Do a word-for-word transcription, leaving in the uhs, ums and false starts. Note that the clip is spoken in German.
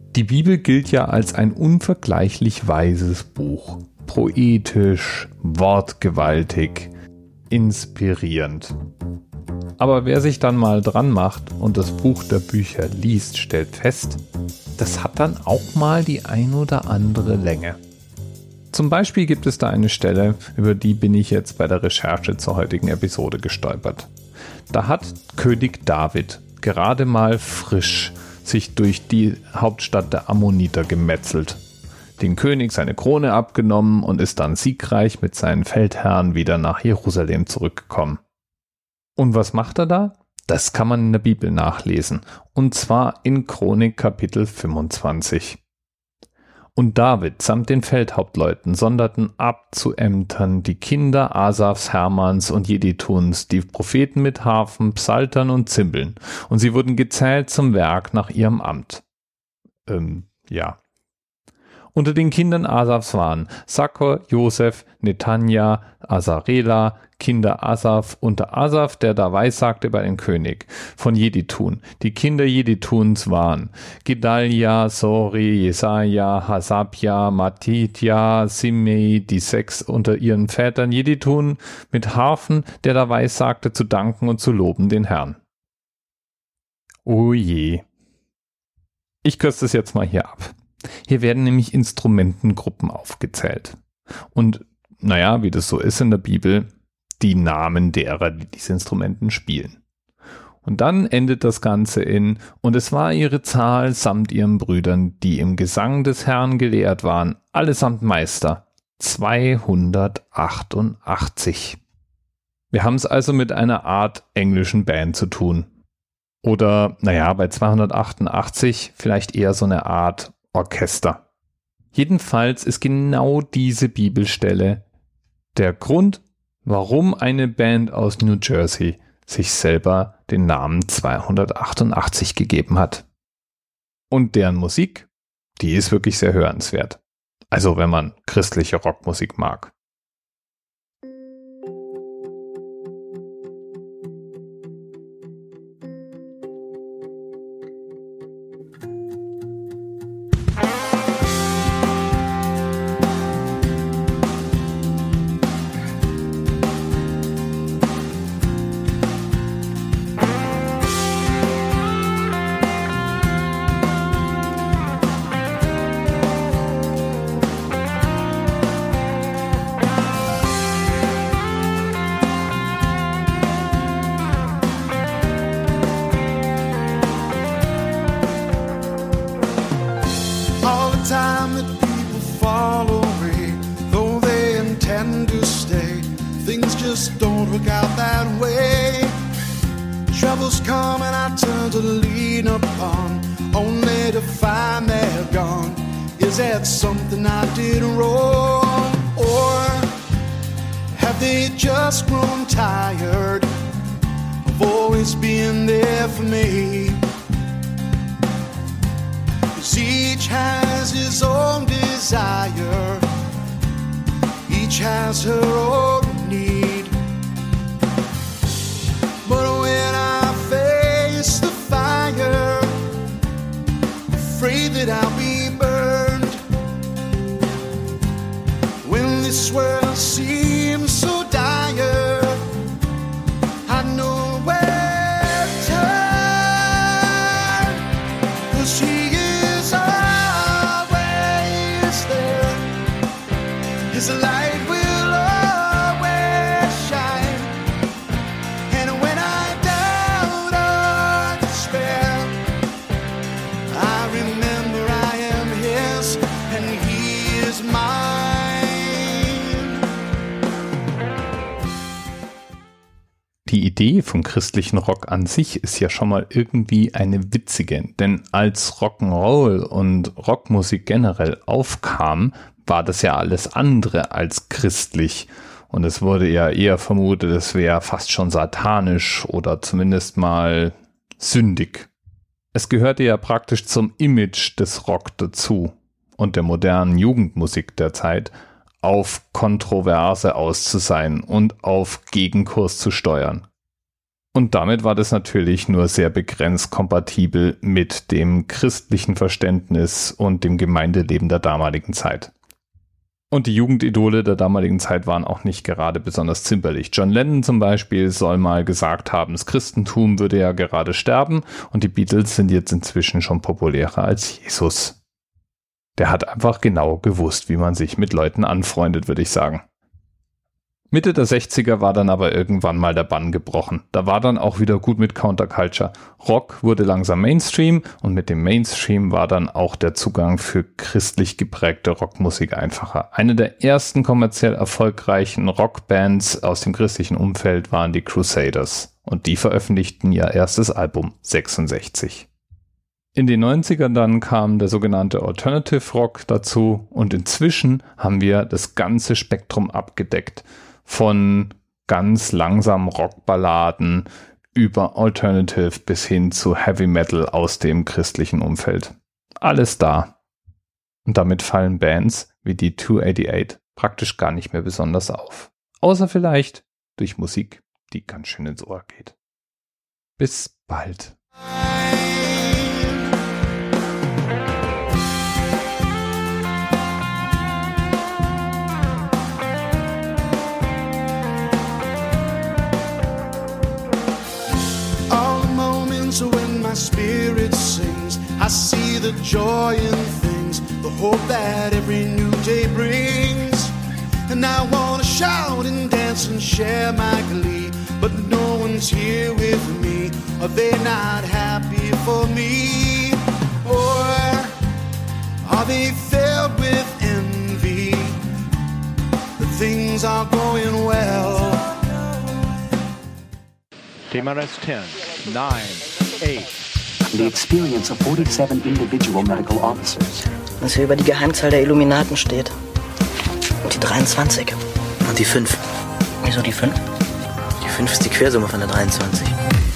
Die Bibel gilt ja als ein unvergleichlich weises Buch. Poetisch, wortgewaltig, inspirierend. Aber wer sich dann mal dran macht und das Buch der Bücher liest, stellt fest, das hat dann auch mal die ein oder andere Länge. Zum Beispiel gibt es da eine Stelle, über die bin ich jetzt bei der Recherche zur heutigen Episode gestolpert. Da hat König David gerade mal frisch sich durch die Hauptstadt der Ammoniter gemetzelt, den König seine Krone abgenommen und ist dann siegreich mit seinen Feldherren wieder nach Jerusalem zurückgekommen. Und was macht er da? Das kann man in der Bibel nachlesen, und zwar in Chronik Kapitel fünfundzwanzig. Und David samt den Feldhauptleuten sonderten ab zu Ämtern die Kinder Asafs, Hermans und Jedutuns, die Propheten mit Harfen, Psaltern und Zimbeln, und sie wurden gezählt zum Werk nach ihrem Amt. Ähm, ja. Unter den Kindern Asafs waren Sakkor, Josef, Netanja, Asarela, Kinder Asaf, unter Asaf, der da weissagte bei dem König, von Jeditun. Die Kinder Jedutuns waren Gedalia, Sori, Jesaja, Hasabja, Matitja, Simei, die sechs unter ihren Vätern Jeditun, mit Harfen, der da weissagte, zu danken und zu loben den Herrn. Oh je. Ich kürze das jetzt mal hier ab. Hier werden nämlich Instrumentengruppen aufgezählt. Und, naja, wie das so ist in der Bibel, die Namen derer, die diese Instrumenten spielen. Und dann endet das Ganze in, und es war ihre Zahl samt ihren Brüdern, die im Gesang des Herrn gelehrt waren, allesamt Meister, zweihundertachtundachtzig. Wir haben es also mit einer Art englischen Band zu tun. Oder, naja, bei zweihundertachtundachtzig vielleicht eher so eine Art Orchester. Jedenfalls ist genau diese Bibelstelle der Grund, warum eine Band aus New Jersey sich selber den Namen zweihundertachtundachtzig gegeben hat. Und deren Musik, die ist wirklich sehr hörenswert. Also wenn man christliche Rockmusik mag. Don't work out that way. Troubles come and I turn to lean upon, only to find they're gone. Is that something I did wrong? Or have they just grown tired of always being there for me? 'Cause each has his own desire, each has her own need. But when I face the fire, afraid that I'll be burned. When this world seems so dire, I know where to turn. 'Cause he is always there. His light will always shine. Die Idee vom christlichen Rock an sich ist ja schon mal irgendwie eine witzige, denn als Rock'n'Roll und Rockmusik generell aufkam, war das ja alles andere als christlich. Und es wurde ja eher vermutet, es wäre fast schon satanisch oder zumindest mal sündig. Es gehörte ja praktisch zum Image des Rock dazu und der modernen Jugendmusik der Zeit, auf Kontroverse aus zu sein und auf Gegenkurs zu steuern. Und damit war das natürlich nur sehr begrenzt kompatibel mit dem christlichen Verständnis und dem Gemeindeleben der damaligen Zeit. Und die Jugendidole der damaligen Zeit waren auch nicht gerade besonders zimperlich. John Lennon zum Beispiel soll mal gesagt haben, das Christentum würde ja gerade sterben und die Beatles sind jetzt inzwischen schon populärer als Jesus. Der hat einfach genau gewusst, wie man sich mit Leuten anfreundet, würde ich sagen. Mitte der sechziger war dann aber irgendwann mal der Bann gebrochen. Da war dann auch wieder gut mit Counterculture. Rock wurde langsam Mainstream und mit dem Mainstream war dann auch der Zugang für christlich geprägte Rockmusik einfacher. Eine der ersten kommerziell erfolgreichen Rockbands aus dem christlichen Umfeld waren die Crusaders und die veröffentlichten ihr erstes Album sechsundsechzig. In den neunzigern dann kam der sogenannte Alternative Rock dazu und inzwischen haben wir das ganze Spektrum abgedeckt. Von ganz langsamen Rockballaden über Alternative bis hin zu Heavy Metal aus dem christlichen Umfeld. Alles da. Und damit fallen Bands wie die zwei achtundachtzig praktisch gar nicht mehr besonders auf. Außer vielleicht durch Musik, die ganz schön ins Ohr geht. Bis bald. My spirit sings, I see the joy in things, the hope that every new day brings. And I wanna shout and dance and share my glee, but no one's here with me. Are they not happy for me? Or are they filled with envy that things are going well? T-minus ten, nine, eight. The experience of forty-seven individual medical officers. Was hier über die Geheimzahl der Illuminaten steht. Und die dreiundzwanzig. Und die fünf. Wieso die fünf? Die fünf ist die Quersumme von der dreiundzwanzig.